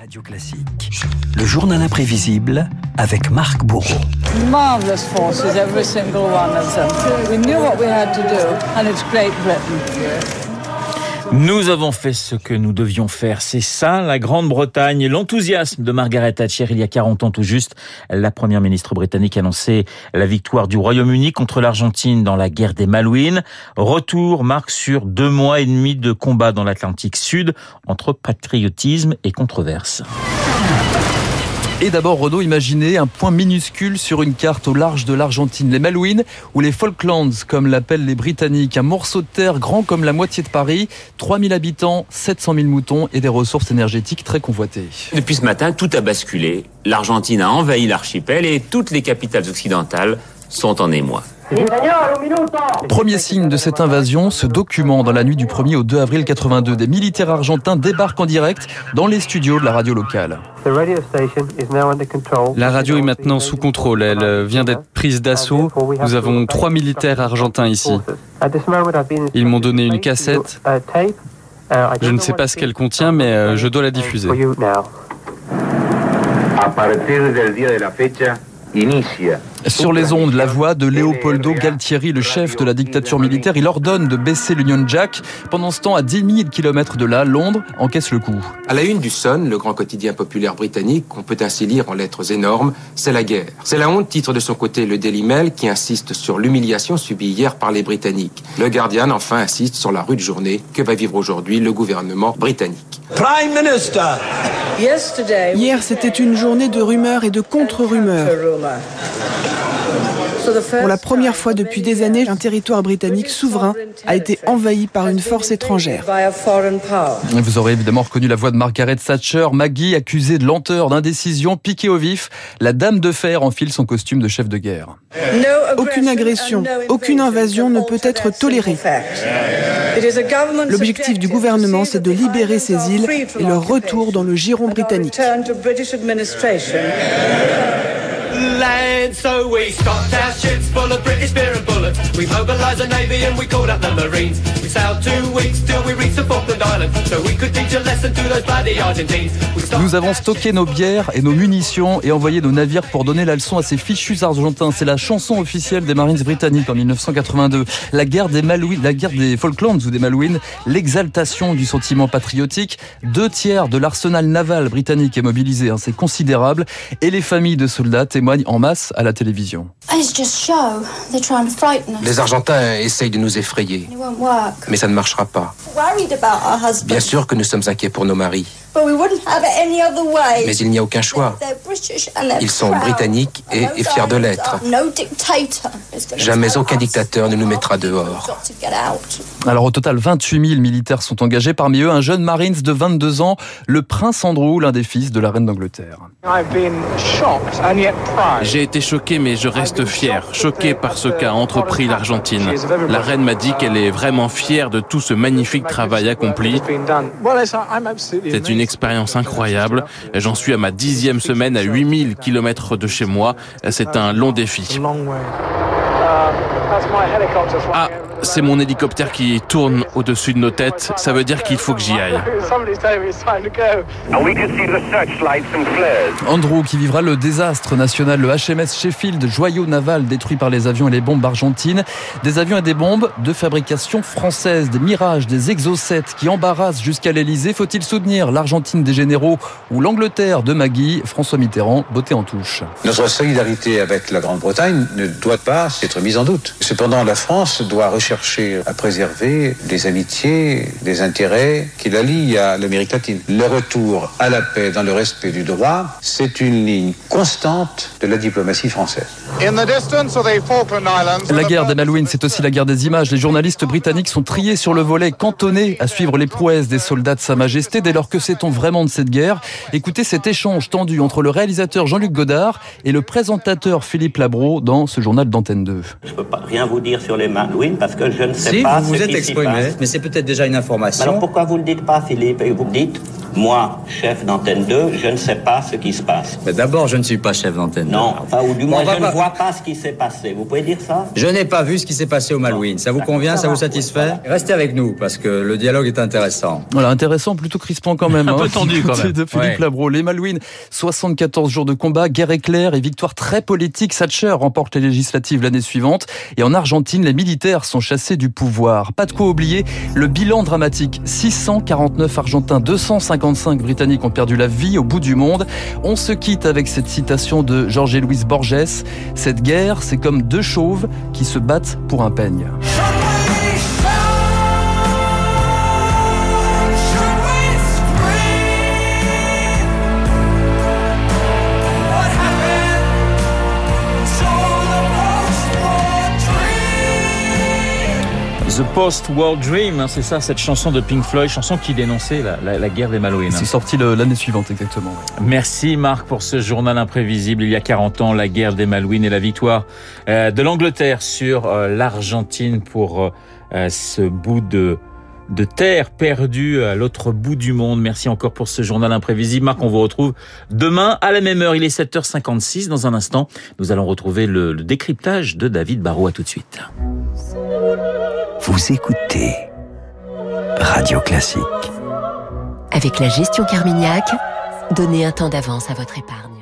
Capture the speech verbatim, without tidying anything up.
Radio Classique, le journal imprévisible avec Marc Bourreau. Marvelous forces, every single one of them. We knew what we had to do, and it's Great Britain. Nous avons fait ce que nous devions faire, c'est ça, la Grande-Bretagne. L'enthousiasme de Margaret Thatcher il y a quarante ans tout juste. La première ministre britannique annonçait la victoire du Royaume-Uni contre l'Argentine dans la guerre des Malouines. Retour marque sur deux mois et demi de combat dans l'Atlantique Sud entre patriotisme et controverse. Et d'abord, Renaud, imaginez un point minuscule sur une carte au large de l'Argentine, les Malouines ou les Falklands, comme l'appellent les Britanniques. Un morceau de terre grand comme la moitié de Paris, trois mille habitants, sept cent mille moutons et des ressources énergétiques très convoitées. Depuis ce matin, tout a basculé. L'Argentine a envahi l'archipel et toutes les capitales occidentales sont en émoi. Premier signe de cette invasion, ce document dans la nuit du premier au deux avril quatre-vingt-deux. Des militaires argentins débarquent en direct dans les studios de la radio locale. La radio est maintenant sous contrôle, elle vient d'être prise d'assaut. Nous avons trois militaires argentins ici. Ils m'ont donné une cassette. Je ne sais pas ce qu'elle contient, mais je dois la diffuser. Sur les ondes, la voix de Leopoldo Galtieri, le chef de la dictature militaire. Il ordonne de baisser l'Union Jack. Pendant ce temps, à dix mille kilomètres de là, Londres encaisse le coup. À la une du Sun, le grand quotidien populaire britannique, qu'on peut ainsi lire en lettres énormes, c'est la guerre. C'est la honte, titre de son côté le Daily Mail, qui insiste sur l'humiliation subie hier par les Britanniques. Le Guardian, enfin, insiste sur la rude journée que va vivre aujourd'hui le gouvernement britannique. Prime Minister. Hier, c'était une journée de rumeurs et de contre-rumeurs. Pour la première fois depuis des années, un territoire britannique souverain a été envahi par une force étrangère. Vous aurez évidemment reconnu la voix de Margaret Thatcher. Maggie, accusée de lenteur, d'indécision, piquée au vif. La dame de fer enfile son costume de chef de guerre. Aucune agression, aucune invasion ne peut être tolérée. L'objectif du gouvernement, c'est de libérer ces îles et leur retour dans le giron britannique. Land, so we stocked our ships full of British beer and bullets. We mobilised the Navy and we called up the Marines. We sailed two weeks till we reached the Falkland Islands, so we could teach a lesson to those bloody Argentines. Nous avons stocké nos bières et nos munitions et envoyé nos navires pour donner la leçon à ces fichus Argentins. C'est la chanson officielle des Marines britanniques en dix-neuf cent quatre-vingt-deux. La guerre des Malouines, la guerre des Falklands ou des Malouines, l'exaltation du sentiment patriotique. Deux tiers de l'arsenal naval britannique est mobilisé, hein, c'est considérable. Et les familles de soldats témoignent en masse à la télévision. Les Argentins essayent de nous effrayer, mais ça ne marchera pas. Bien sûr que nous sommes inquiets pour nos maris, mais il n'y a aucun choix. Ils sont britanniques et, et fiers de l'être. Jamais aucun dictateur ne nous mettra dehors. Alors au total, vingt-huit mille militaires sont engagés, parmi eux un jeune Marines de vingt-deux ans, le prince Andrew, l'un des fils de la reine d'Angleterre. J'ai été choqué, mais je reste fier, choqué par ce qu'a entrepris l'Argentine. La reine m'a dit qu'elle est vraiment fière de tout ce magnifique travail accompli. C'est une expérience incroyable. J'en suis à ma dixième semaine à huit mille kilomètres de chez moi. C'est un long défi. Ah, c'est mon hélicoptère qui tourne au-dessus de nos têtes. Ça veut dire qu'il faut que j'y aille. Andrew qui vivra le désastre national, le H M S Sheffield, joyau naval détruit par les avions et les bombes argentines. Des avions et des bombes de fabrication française, des Mirage, des Exocet qui embarrassent jusqu'à l'Elysée. Faut-il soutenir l'Argentine des généraux ou l'Angleterre de Maggie? François Mitterrand, beauté en touche. Notre solidarité avec la Grande-Bretagne ne doit pas être mise en doute. Cependant, la France doit rechercher à préserver des amitiés, des intérêts qui la lient à l'Amérique latine. Le retour à la paix dans le respect du droit, c'est une ligne constante de la diplomatie française. La guerre des Malouines, c'est aussi la guerre des images. Les journalistes britanniques sont triés sur le volet, cantonnés à suivre les prouesses des soldats de Sa Majesté. Dès lors, que sait-on vraiment de cette guerre? Écoutez cet échange tendu entre le réalisateur Jean-Luc Godard et le présentateur Philippe Labro dans ce journal d'Antenne deux. Je ne peux pas rien vous dire sur les Malouines parce que je ne sais si, pas vous ce vous êtes qui exprimé, mais c'est peut-être déjà une information. Alors pourquoi vous ne le dites pas, Philippe, et vous le dites? Moi, chef d'antenne deux, je ne sais pas ce qui se passe. Mais d'abord, je ne suis pas chef d'antenne. Non, enfin, ou du moins, On va je pas- ne vois pas ce qui s'est passé. Vous pouvez dire ça? Je n'ai pas vu ce qui s'est passé au Malouine. Ça vous convient? Ça vous satisfait? Restez avec nous, parce que le dialogue est intéressant. Voilà, intéressant, plutôt crispant quand même. Un hein. peu tendu, quand même. De Philippe Ouais. Labro. Les Malouines, soixante-quatorze jours de combat, guerre éclair et victoire très politique. Thatcher remporte les législatives l'année suivante. Et en Argentine, les militaires sont chassés du pouvoir. Pas de quoi oublier le bilan dramatique. six cent quarante-neuf Argentins, deux cent cinquante-cinq Britanniques ont perdu la vie au bout du monde. On se quitte avec cette citation de Jorge Luis Borges. Cette guerre, c'est comme deux chauves qui se battent pour un peigne. The Post-War Dream, hein, c'est ça, cette chanson de Pink Floyd, chanson qui dénonçait la, la, la guerre des Malouines. C'est sorti le- l'année suivante, exactement. ouais. Merci Marc pour ce journal imprévisible. Il y a quarante ans, la guerre des Malouines et la victoire euh, de l'Angleterre sur euh, l'Argentine pour euh, ce bout de, de terre perdu à l'autre bout du monde. Merci encore pour ce journal imprévisible. Marc, on vous retrouve demain à la même heure. Il est sept heures cinquante-six. Dans un instant, nous allons retrouver le, le décryptage de David Barrault. À tout de suite. Vous écoutez Radio Classique. Avec la gestion Carmignac, donnez un temps d'avance à votre épargne.